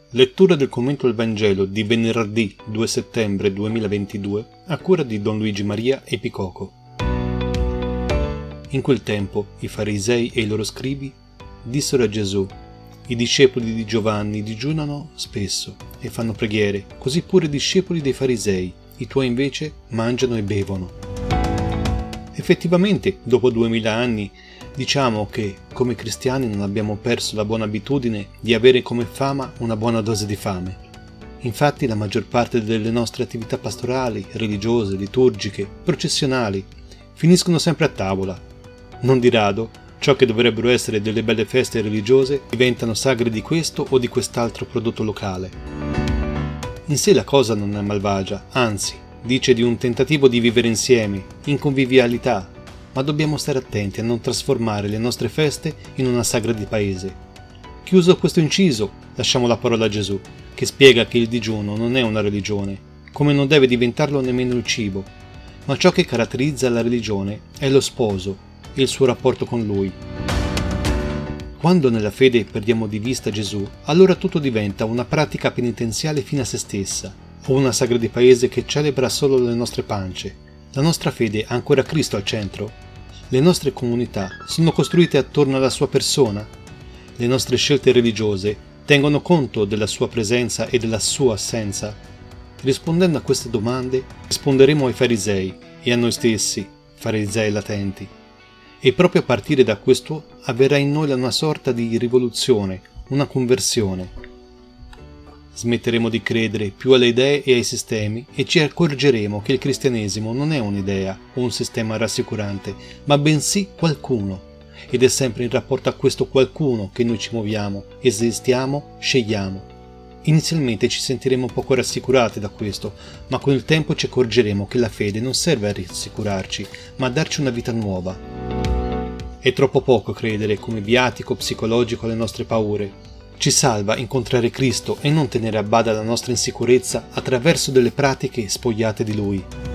Lettura del commento al Vangelo di venerdì 2 settembre 2022 a cura di Don Luigi Maria Epicoco. In quel tempo i farisei e i loro scribi dissero a Gesù: i discepoli di Giovanni digiunano spesso e fanno preghiere, così pure i discepoli dei farisei, i tuoi invece mangiano e bevono. Effettivamente, dopo 2000 anni, diciamo che come cristiani non abbiamo perso la buona abitudine di avere come fama una buona dose di fame. Infatti la maggior parte delle nostre attività pastorali, religiose, liturgiche, processionali finiscono sempre a tavola. Non di rado, ciò che dovrebbero essere delle belle feste religiose diventano sagre di questo o di quest'altro prodotto locale. In sé la cosa non è malvagia, anzi, dice di un tentativo di vivere insieme, in convivialità, ma dobbiamo stare attenti a non trasformare le nostre feste in una sagra di paese. Chiuso questo inciso, lasciamo la parola a Gesù, che spiega che il digiuno non è una religione, come non deve diventarlo nemmeno il cibo, ma ciò che caratterizza la religione è lo sposo e il suo rapporto con lui. Quando nella fede perdiamo di vista Gesù, allora tutto diventa una pratica penitenziale fine a se stessa, o una sagra di paese che celebra solo le nostre pance. La nostra fede ha ancora Cristo al centro? Le nostre comunità sono costruite attorno alla sua persona? Le nostre scelte religiose tengono conto della sua presenza e della sua assenza? Rispondendo a queste domande, risponderemo ai farisei e a noi stessi, farisei latenti. E proprio a partire da questo avverrà in noi una sorta di rivoluzione, una conversione. Smetteremo di credere più alle idee e ai sistemi e ci accorgeremo che il cristianesimo non è un'idea o un sistema rassicurante, ma bensì qualcuno. Ed è sempre in rapporto a questo qualcuno che noi ci muoviamo, esistiamo, scegliamo. Inizialmente ci sentiremo poco rassicurati da questo, ma con il tempo ci accorgeremo che la fede non serve a rassicurarci, ma a darci una vita nuova. È troppo poco credere come viatico psicologico alle nostre paure. Ci salva incontrare Cristo e non tenere a bada la nostra insicurezza attraverso delle pratiche spogliate di Lui.